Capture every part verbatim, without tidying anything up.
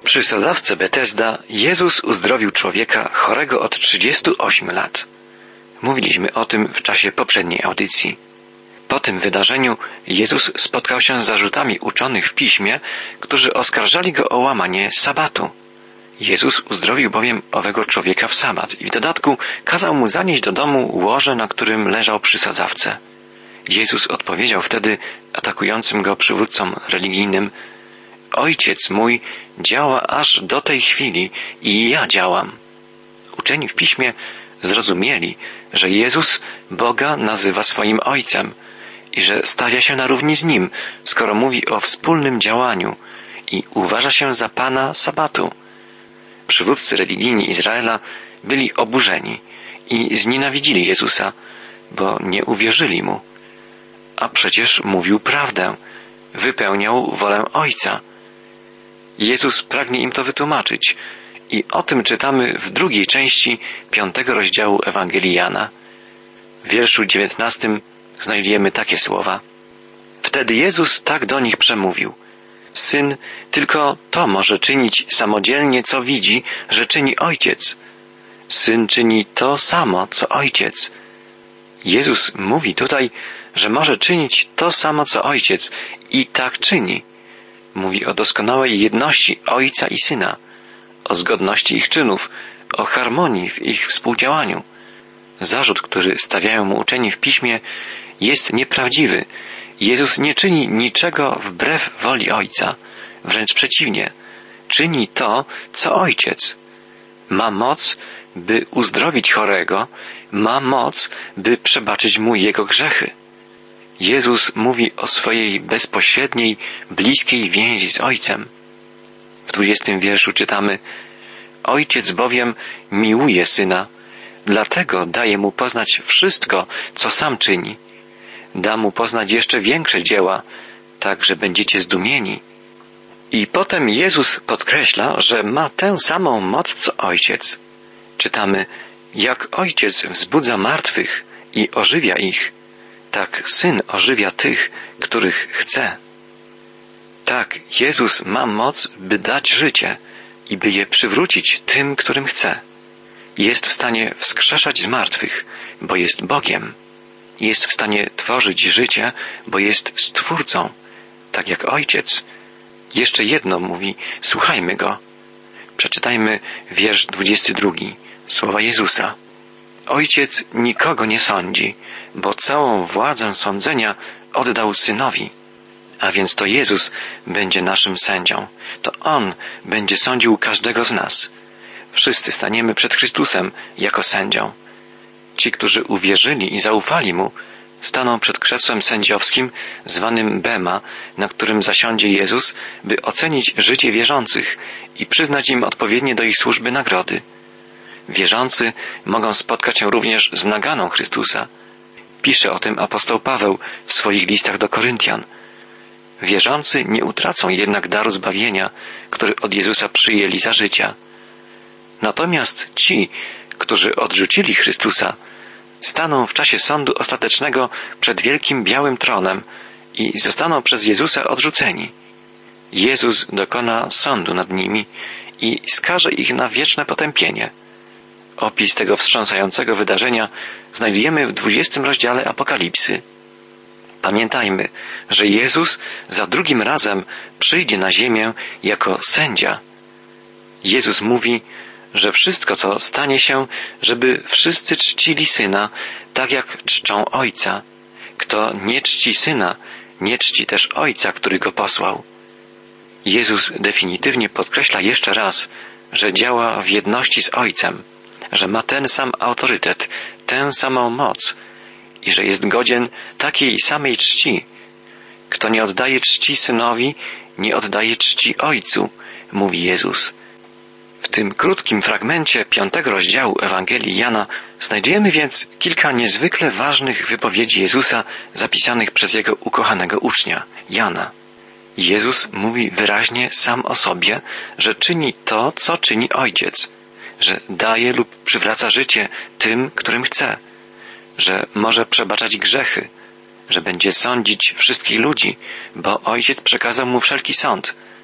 Przy sadzawce Betesda Jezus uzdrowił człowieka chorego od trzydziestu ośmiu lat. Mówiliśmy o tym w czasie poprzedniej audycji. Po tym wydarzeniu Jezus spotkał się z zarzutami uczonych w piśmie, którzy oskarżali go o łamanie sabatu. Jezus uzdrowił bowiem owego człowieka w sabat i w dodatku kazał mu zanieść do domu łoże, na którym leżał przy sadzawce. Jezus odpowiedział wtedy atakującym go przywódcom religijnym: Ojciec mój działa aż do tej chwili i ja działam. Uczeni w piśmie zrozumieli, że Jezus Boga nazywa swoim Ojcem i że stawia się na równi z Nim, skoro mówi o wspólnym działaniu i uważa się za Pana sabatu. Przywódcy religijni Izraela byli oburzeni i znienawidzili Jezusa, bo nie uwierzyli Mu. A przecież mówił prawdę, wypełniał wolę Ojca. Jezus pragnie im to wytłumaczyć i o tym czytamy w drugiej części piątego rozdziału Ewangelii Jana. W wierszu dziewiętnastym znajdujemy takie słowa. Wtedy Jezus tak do nich przemówił: Syn tylko to może czynić samodzielnie, co widzi, że czyni Ojciec. Syn czyni to samo, co Ojciec. Jezus mówi tutaj, że może czynić to samo, co Ojciec i tak czyni. Mówi o doskonałej jedności Ojca i Syna, o zgodności ich czynów, o harmonii w ich współdziałaniu. Zarzut, który stawiają mu uczeni w Piśmie, jest nieprawdziwy. Jezus nie czyni niczego wbrew woli Ojca. Wręcz przeciwnie. Czyni to, co Ojciec. Ma moc, by uzdrowić chorego, ma moc, by przebaczyć mu jego grzechy. Jezus mówi o swojej bezpośredniej, bliskiej więzi z Ojcem. W dwudziestym wierszu czytamy: Ojciec bowiem miłuje Syna, dlatego daje Mu poznać wszystko, co Sam czyni. Da Mu poznać jeszcze większe dzieła, tak że będziecie zdumieni. I potem Jezus podkreśla, że ma tę samą moc, co Ojciec. Czytamy: jak Ojciec wzbudza martwych i ożywia ich, tak Syn ożywia tych, których chce. Tak, Jezus ma moc, by dać życie i by je przywrócić tym, którym chce. Jest w stanie wskrzeszać zmartwych, bo jest Bogiem. Jest w stanie tworzyć życie, bo jest Stwórcą, tak jak Ojciec. Jeszcze jedno mówi: słuchajmy Go. Przeczytajmy wiersz dwudziesty drugi, słowa Jezusa. Ojciec nikogo nie sądzi, bo całą władzę sądzenia oddał Synowi. A więc to Jezus będzie naszym sędzią. To On będzie sądził każdego z nas. Wszyscy staniemy przed Chrystusem jako sędzią. Ci, którzy uwierzyli i zaufali Mu, staną przed krzesłem sędziowskim zwanym Bema, na którym zasiądzie Jezus, by ocenić życie wierzących i przyznać im odpowiednie do ich służby nagrody. Wierzący mogą spotkać się również z naganą Chrystusa. Pisze o tym apostoł Paweł w swoich listach do Koryntian. Wierzący nie utracą jednak daru zbawienia, który od Jezusa przyjęli za życia. Natomiast ci, którzy odrzucili Chrystusa, staną w czasie sądu ostatecznego przed wielkim białym tronem i zostaną przez Jezusa odrzuceni. Jezus dokona sądu nad nimi i skaże ich na wieczne potępienie. Opis tego wstrząsającego wydarzenia znajdujemy w dwudziestym rozdziale Apokalipsy. Pamiętajmy, że Jezus za drugim razem przyjdzie na ziemię jako sędzia. Jezus mówi, że wszystko to stanie się, żeby wszyscy czcili Syna, tak jak czczą Ojca. Kto nie czci Syna, nie czci też Ojca, który Go posłał. Jezus definitywnie podkreśla jeszcze raz, że działa w jedności z Ojcem, że ma ten sam autorytet, tę samą moc i że jest godzien takiej samej czci. Kto nie oddaje czci Synowi, nie oddaje czci Ojcu, mówi Jezus. W tym krótkim fragmencie piątego rozdziału Ewangelii Jana znajdujemy więc kilka niezwykle ważnych wypowiedzi Jezusa zapisanych przez Jego ukochanego ucznia, Jana. Jezus mówi wyraźnie sam o sobie, że czyni to, co czyni Ojciec, że daje lub przywraca życie tym, którym chce, że może przebaczać grzechy, że będzie sądzić wszystkich ludzi, bo Ojciec przekazał Mu wszelki sąd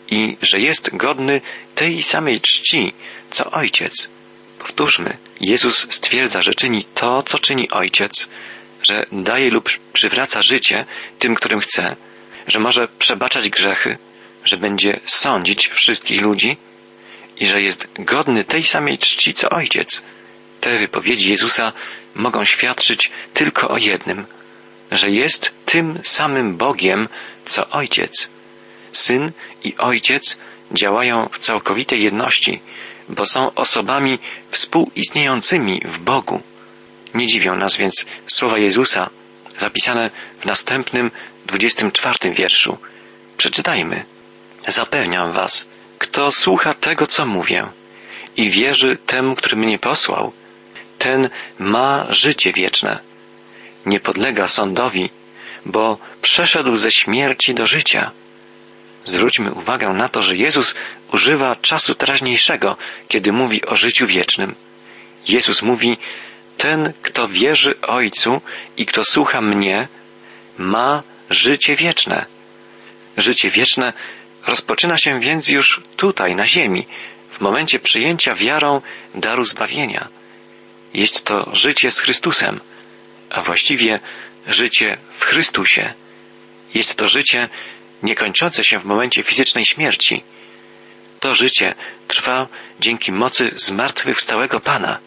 i że jest godny tej samej czci, co Ojciec. Powtórzmy, Jezus stwierdza, że czyni to, co czyni Ojciec, że daje lub przywraca życie tym, którym chce, że może przebaczać grzechy, że będzie sądzić wszystkich ludzi i że jest godny tej samej czci, co Ojciec. Te wypowiedzi Jezusa mogą świadczyć tylko o jednym, że jest tym samym Bogiem, co Ojciec. Syn i Ojciec działają w całkowitej jedności, bo są osobami współistniejącymi w Bogu. Nie dziwią nas więc słowa Jezusa zapisane w następnym, dwudziestym czwartym wierszu. Przeczytajmy. Zapewniam was, kto słucha tego, co mówię i wierzy temu, który mnie posłał, ten ma życie wieczne. Nie podlega sądowi, bo przeszedł ze śmierci do życia. Zwróćmy uwagę na to, że Jezus używa czasu teraźniejszego, kiedy mówi o życiu wiecznym. Jezus mówi, ten, kto wierzy Ojcu i kto słucha mnie, ma życie wieczne. Życie wieczne rozpoczyna się więc już tutaj, na ziemi, w momencie przyjęcia wiarą daru zbawienia. Jest to życie z Chrystusem, a właściwie życie w Chrystusie. Jest to życie niekończące się w momencie fizycznej śmierci. To życie trwa dzięki mocy zmartwychwstałego Pana.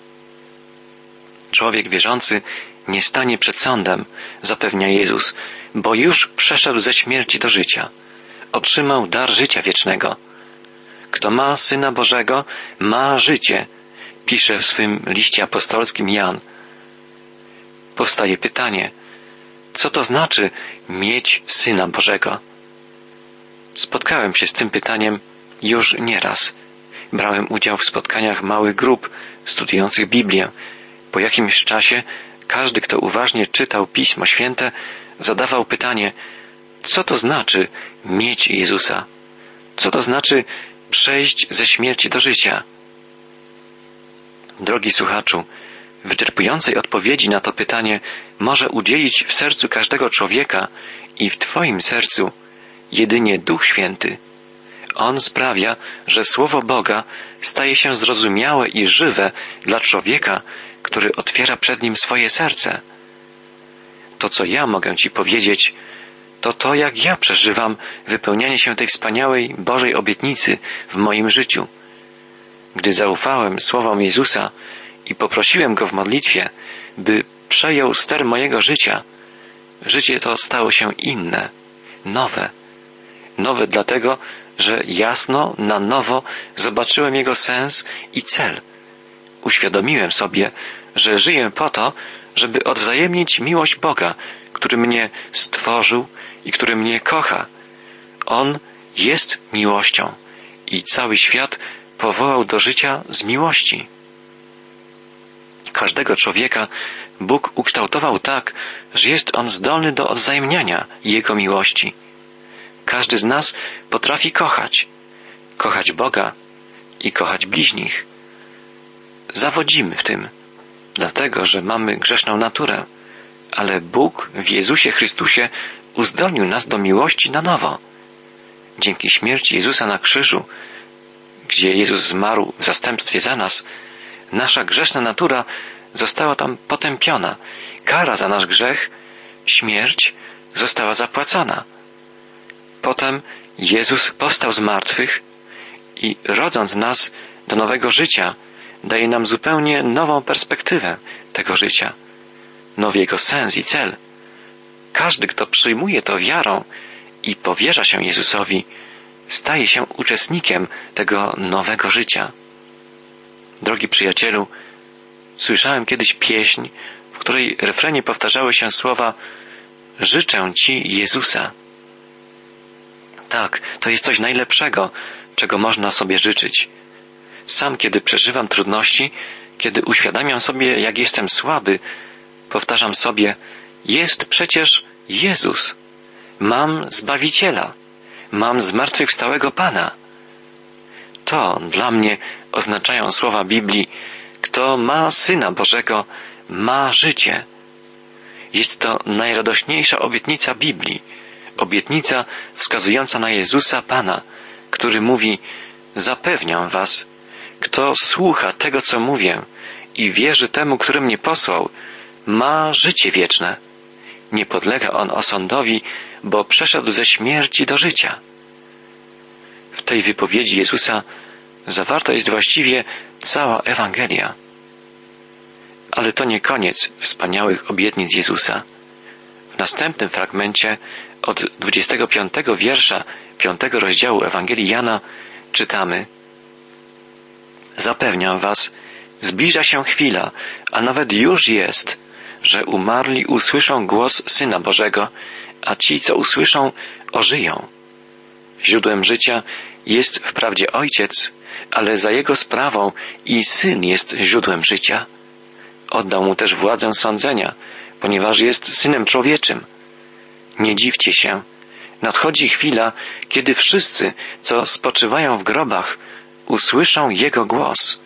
Człowiek wierzący nie stanie przed sądem, zapewnia Jezus, bo już przeszedł ze śmierci do życia. Otrzymał dar życia wiecznego. Kto ma Syna Bożego, ma życie, pisze w swym liście apostolskim Jan. Powstaje pytanie, co to znaczy mieć Syna Bożego? Spotkałem się z tym pytaniem już nieraz. Brałem udział w spotkaniach małych grup studiujących Biblię. Po jakimś czasie każdy, kto uważnie czytał Pismo Święte, zadawał pytanie, co to znaczy mieć Jezusa? Co to znaczy przejść ze śmierci do życia? Drogi słuchaczu, wyczerpującej odpowiedzi na to pytanie może udzielić w sercu każdego człowieka i w Twoim sercu jedynie Duch Święty. On sprawia, że Słowo Boga staje się zrozumiałe i żywe dla człowieka, który otwiera przed nim swoje serce. To, co ja mogę Ci powiedzieć, to to, jak ja przeżywam wypełnianie się tej wspaniałej Bożej obietnicy w moim życiu. Gdy zaufałem słowom Jezusa i poprosiłem Go w modlitwie, by przejął ster mojego życia, życie to stało się inne, nowe. Nowe dlatego, że jasno, na nowo zobaczyłem jego sens i cel. Uświadomiłem sobie, że żyję po to, żeby odwzajemnić miłość Boga, który mnie stworzył i który mnie kocha. On jest miłością i cały świat powołał do życia z miłości. Każdego człowieka Bóg ukształtował tak, że jest on zdolny do odwzajemniania Jego miłości. Każdy z nas potrafi kochać, kochać Boga i kochać bliźnich. Zawodzimy w tym, dlatego że mamy grzeszną naturę, ale Bóg w Jezusie Chrystusie uzdolnił nas do miłości na nowo. Dzięki śmierci Jezusa na krzyżu, gdzie Jezus zmarł w zastępstwie za nas, nasza grzeszna natura została tam potępiona. Kara za nasz grzech, śmierć, została zapłacona. Potem Jezus powstał z martwych i rodząc nas do nowego życia, daje nam zupełnie nową perspektywę tego życia, nowy jego sens i cel. Każdy, kto przyjmuje to wiarą i powierza się Jezusowi, staje się uczestnikiem tego nowego życia. Drogi przyjacielu, słyszałem kiedyś pieśń, w której refrenie powtarzały się słowa „Życzę Ci Jezusa”. Tak, to jest coś najlepszego, czego można sobie życzyć. Sam, kiedy przeżywam trudności, kiedy uświadamiam sobie, jak jestem słaby, powtarzam sobie, jest przecież Jezus. Mam Zbawiciela. Mam zmartwychwstałego Pana. To dla mnie oznaczają słowa Biblii, kto ma Syna Bożego, ma życie. Jest to najradośniejsza obietnica Biblii, obietnica wskazująca na Jezusa Pana, który mówi: zapewniam was, kto słucha tego, co mówię i wierzy temu, który mnie posłał, ma życie wieczne. Nie podlega on osądowi, bo przeszedł ze śmierci do życia. W tej wypowiedzi Jezusa zawarta jest właściwie cała Ewangelia. Ale to nie koniec wspaniałych obietnic Jezusa. W następnym fragmencie od dwudziestego piątego wiersza piątego rozdziału Ewangelii Jana czytamy: zapewniam was, zbliża się chwila, a nawet już jest, że umarli usłyszą głos Syna Bożego, a ci, co usłyszą, ożyją. Źródłem życia jest wprawdzie Ojciec, ale za Jego sprawą i Syn jest źródłem życia. Oddał Mu też władzę sądzenia, ponieważ jest Synem Człowieczym. Nie dziwcie się, nadchodzi chwila, kiedy wszyscy, co spoczywają w grobach, usłyszą Jego głos.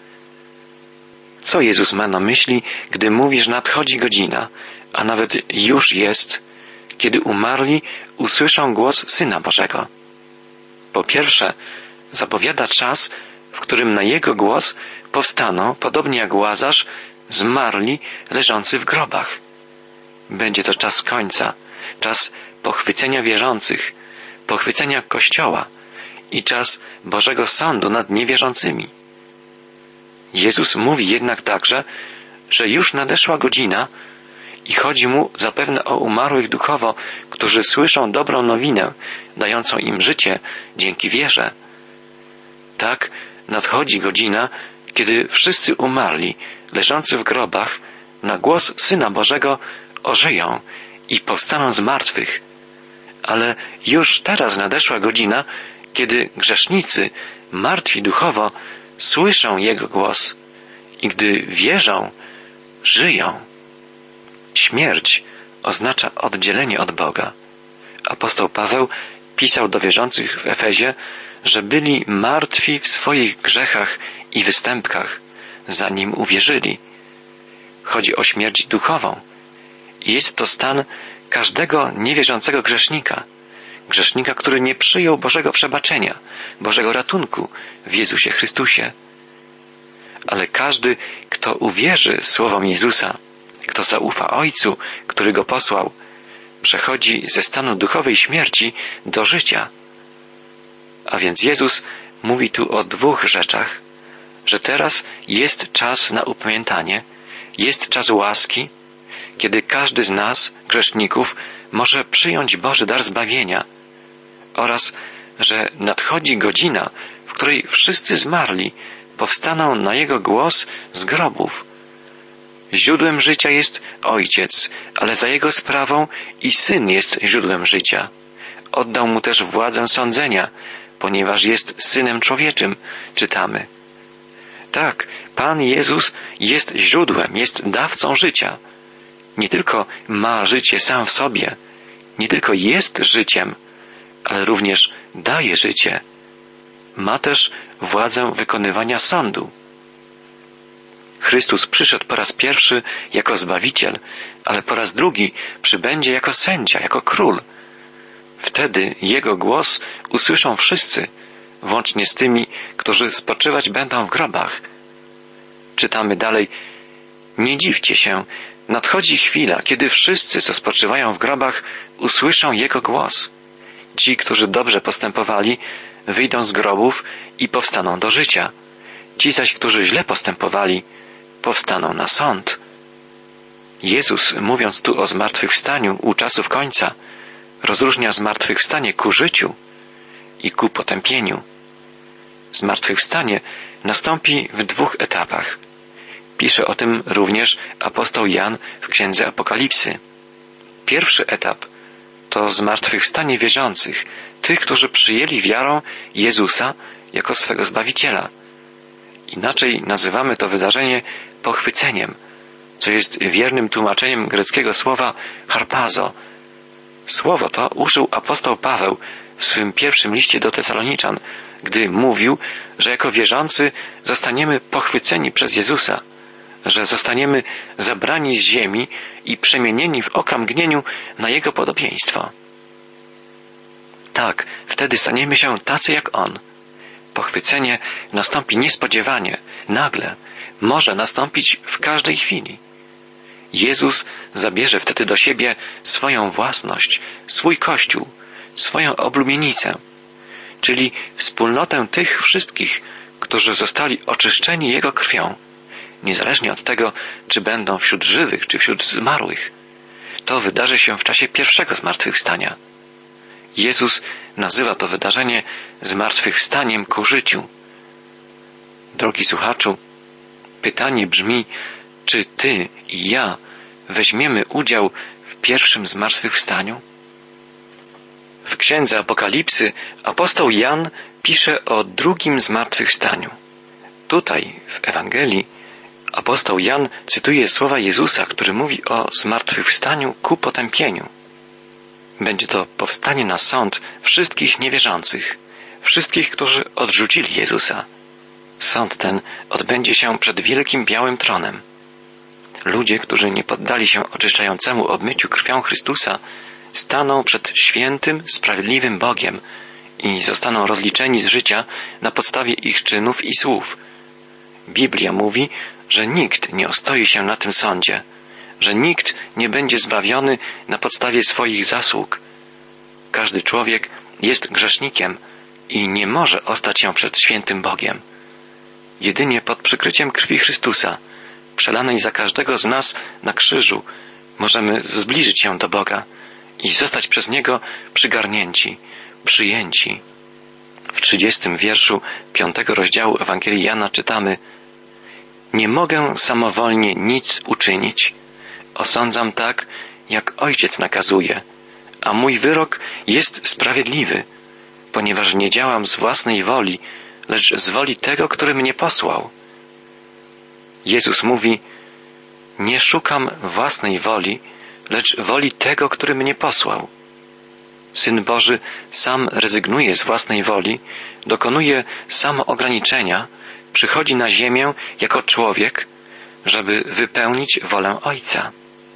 Co Jezus ma na myśli, gdy mówi, że nadchodzi godzina, a nawet już jest, kiedy umarli usłyszą głos Syna Bożego? Po pierwsze, zapowiada czas, w którym na Jego głos powstaną, podobnie jak Łazarz, zmarli leżący w grobach. Będzie to czas końca, czas pochwycenia wierzących, pochwycenia Kościoła i czas Bożego Sądu nad niewierzącymi. Jezus mówi jednak także, że już nadeszła godzina i chodzi Mu zapewne o umarłych duchowo, którzy słyszą dobrą nowinę, dającą im życie dzięki wierze. Tak, nadchodzi godzina, kiedy wszyscy umarli, leżący w grobach, na głos Syna Bożego ożyją i powstaną z martwych. Ale już teraz nadeszła godzina, kiedy grzesznicy, martwi duchowo, słyszą Jego głos i gdy wierzą, żyją. Śmierć oznacza oddzielenie od Boga. Apostoł Paweł pisał do wierzących w Efezie, że byli martwi w swoich grzechach i występkach, zanim uwierzyli. Chodzi o śmierć duchową. I jest to stan każdego niewierzącego grzesznika. Grzesznika, który nie przyjął Bożego przebaczenia, Bożego ratunku w Jezusie Chrystusie. Ale każdy, kto uwierzy słowom Jezusa, kto zaufa Ojcu, który Go posłał, przechodzi ze stanu duchowej śmierci do życia. A więc Jezus mówi tu o dwóch rzeczach, że teraz jest czas na upamiętanie, jest czas łaski, kiedy każdy z nas, grzeszników, może przyjąć Boży dar zbawienia, oraz że nadchodzi godzina, w której wszyscy zmarli powstaną na Jego głos z grobów. Źródłem życia jest Ojciec, ale za Jego sprawą i Syn jest źródłem życia. Oddał Mu też władzę sądzenia, ponieważ jest Synem Człowieczym, czytamy. Tak, Pan Jezus jest źródłem, jest dawcą życia. Nie tylko ma życie sam w sobie, nie tylko jest życiem, ale również daje życie. Ma też władzę wykonywania sądu. Chrystus przyszedł po raz pierwszy jako Zbawiciel, ale po raz drugi przybędzie jako sędzia, jako król. Wtedy Jego głos usłyszą wszyscy, włącznie z tymi, którzy spoczywać będą w grobach. Czytamy dalej: nie dziwcie się, nadchodzi chwila, kiedy wszyscy, co spoczywają w grobach, usłyszą Jego głos. Ci, którzy dobrze postępowali, wyjdą z grobów i powstaną do życia. Ci zaś, którzy źle postępowali, powstaną na sąd. Jezus, mówiąc tu o zmartwychwstaniu u czasów końca, rozróżnia zmartwychwstanie ku życiu i ku potępieniu. Zmartwychwstanie nastąpi w dwóch etapach. Pisze o tym również apostoł Jan w Księdze Apokalipsy. Pierwszy etap to zmartwychwstanie wierzących, tych, którzy przyjęli wiarą Jezusa jako swego Zbawiciela. Inaczej nazywamy to wydarzenie pochwyceniem, co jest wiernym tłumaczeniem greckiego słowa harpazo. Słowo to użył apostoł Paweł w swym pierwszym liście do Tesaloniczan, gdy mówił, że jako wierzący zostaniemy pochwyceni przez Jezusa, że zostaniemy zabrani z ziemi i przemienieni w okamgnieniu na Jego podobieństwo. Tak, wtedy staniemy się tacy jak On. Pochwycenie nastąpi niespodziewanie, nagle, może nastąpić w każdej chwili. Jezus zabierze wtedy do siebie swoją własność, swój Kościół, swoją oblubienicę, czyli wspólnotę tych wszystkich, którzy zostali oczyszczeni Jego krwią, niezależnie od tego, czy będą wśród żywych, czy wśród zmarłych. To wydarzy się w czasie pierwszego zmartwychwstania. Jezus nazywa to wydarzenie zmartwychwstaniem ku życiu. Drogi słuchaczu, pytanie brzmi, czy ty i ja weźmiemy udział w pierwszym zmartwychwstaniu? W księdze Apokalipsy apostoł Jan pisze o drugim zmartwychwstaniu. Tutaj, w Ewangelii, apostoł Jan cytuje słowa Jezusa, który mówi o zmartwychwstaniu ku potępieniu. Będzie to powstanie na sąd wszystkich niewierzących, wszystkich, którzy odrzucili Jezusa. Sąd ten odbędzie się przed wielkim białym tronem. Ludzie, którzy nie poddali się oczyszczającemu obmyciu krwią Chrystusa, staną przed świętym, sprawiedliwym Bogiem i zostaną rozliczeni z życia na podstawie ich czynów i słów. Biblia mówi, że nikt nie ostoi się na tym sądzie, że nikt nie będzie zbawiony na podstawie swoich zasług. Każdy człowiek jest grzesznikiem i nie może ostać się przed świętym Bogiem. Jedynie pod przykryciem krwi Chrystusa, przelanej za każdego z nas na krzyżu, możemy zbliżyć się do Boga i zostać przez Niego przygarnięci, przyjęci. W trzydziestym wierszu piątego rozdziału Ewangelii Jana czytamy: Nie mogę samowolnie nic uczynić. Osądzam tak, jak Ojciec nakazuje, a mój wyrok jest sprawiedliwy, ponieważ nie działam z własnej woli, lecz z woli tego, który mnie posłał. Jezus mówi: Nie szukam własnej woli, lecz woli tego, który mnie posłał. Syn Boży sam rezygnuje z własnej woli, dokonuje samoograniczenia, przychodzi na ziemię jako człowiek, żeby wypełnić wolę Ojca.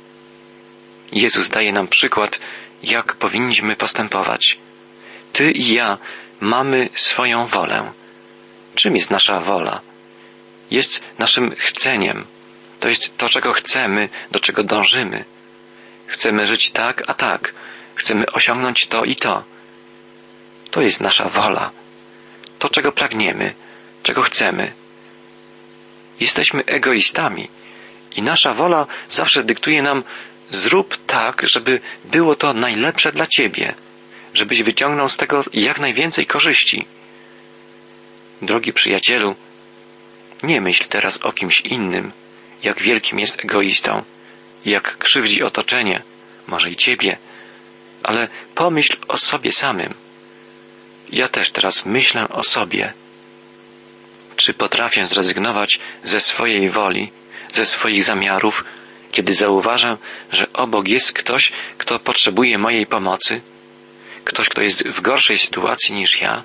Jezus daje nam przykład, jak powinniśmy postępować. Ty i ja mamy swoją wolę. Czym jest nasza wola? Jest naszym chceniem. To jest to, czego chcemy, do czego dążymy. Chcemy żyć tak, a tak. Chcemy osiągnąć to i to. To jest nasza wola. To, czego pragniemy, czego chcemy. Jesteśmy egoistami i nasza wola zawsze dyktuje nam: zrób tak, żeby było to najlepsze dla Ciebie, żebyś wyciągnął z tego jak najwięcej korzyści. Drogi przyjacielu, nie myśl teraz o kimś innym, jak wielkim jest egoistą, jak krzywdzi otoczenie, może i Ciebie, ale pomyśl o sobie samym. Ja też teraz myślę o sobie. Czy potrafię zrezygnować ze swojej woli, ze swoich zamiarów, kiedy zauważę, że obok jest ktoś, kto potrzebuje mojej pomocy? Ktoś, kto jest w gorszej sytuacji niż ja?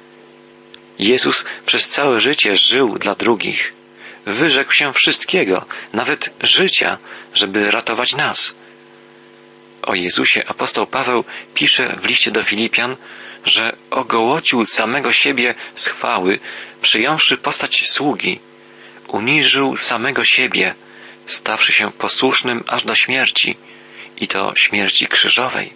Jezus przez całe życie żył dla drugich. Wyrzekł się wszystkiego, nawet życia, żeby ratować nas. O Jezusie apostoł Paweł pisze w liście do Filipian, że ogołocił samego siebie z chwały, przyjąwszy postać sługi, uniżył samego siebie, stawszy się posłusznym aż do śmierci, i to śmierci krzyżowej.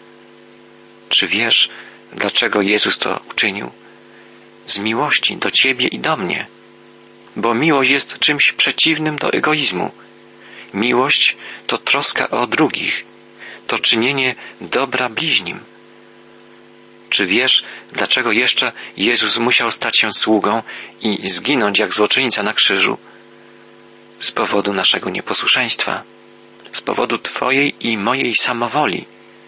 Czy wiesz, dlaczego Jezus to uczynił? Z miłości do Ciebie i do mnie. Bo miłość jest czymś przeciwnym do egoizmu. Miłość to troska o drugich, to czynienie dobra bliźnim. Czy wiesz, dlaczego jeszcze Jezus musiał stać się sługą i zginąć jak złoczyńca na krzyżu? Z powodu naszego nieposłuszeństwa, z powodu Twojej i mojej samowoli.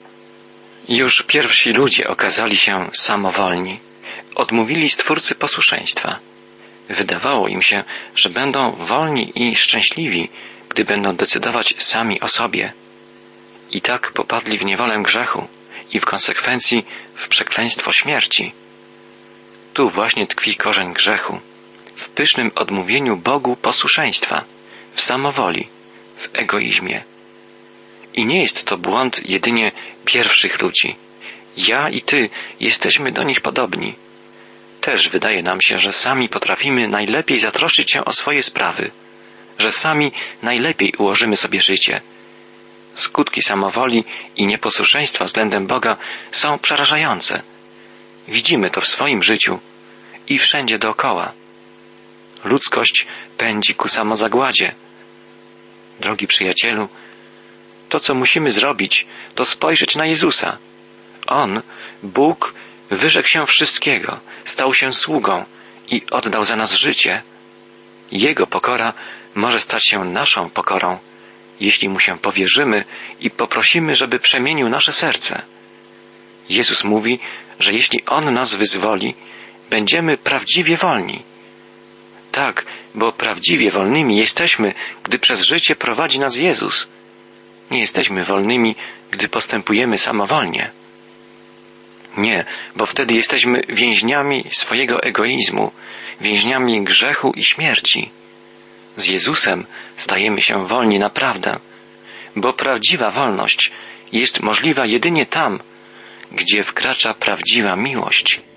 Już pierwsi ludzie okazali się samowolni. Odmówili Stwórcy posłuszeństwa. Wydawało im się, że będą wolni i szczęśliwi, gdy będą decydować sami o sobie. I tak popadli w niewolę grzechu i w konsekwencji w przekleństwo śmierci. Tu właśnie tkwi korzeń grzechu, w pysznym odmówieniu Bogu posłuszeństwa, w samowoli, w egoizmie. I nie jest to błąd jedynie pierwszych ludzi. Ja i Ty jesteśmy do nich podobni. też wydaje nam się, że sami potrafimy najlepiej zatroszczyć się o swoje sprawy, że sami najlepiej ułożymy sobie życie. Skutki samowoli i nieposłuszeństwa względem Boga są przerażające. Widzimy to w swoim życiu i wszędzie dookoła. Ludzkość pędzi ku samozagładzie. Drogi przyjacielu, to co musimy zrobić, to spojrzeć na Jezusa. On, Bóg, wyrzekł się wszystkiego, stał się sługą i oddał za nas życie. Jego pokora może stać się naszą pokorą, jeśli Mu się powierzymy i poprosimy, żeby przemienił nasze serce. Jezus mówi, że jeśli On nas wyzwoli, będziemy prawdziwie wolni. Tak, bo prawdziwie wolnymi jesteśmy, gdy przez życie prowadzi nas Jezus. Nie jesteśmy wolnymi, gdy postępujemy samowolnie. Nie, bo wtedy jesteśmy więźniami swojego egoizmu, więźniami grzechu i śmierci. Z Jezusem stajemy się wolni naprawdę, bo prawdziwa wolność jest możliwa jedynie tam, gdzie wkracza prawdziwa miłość.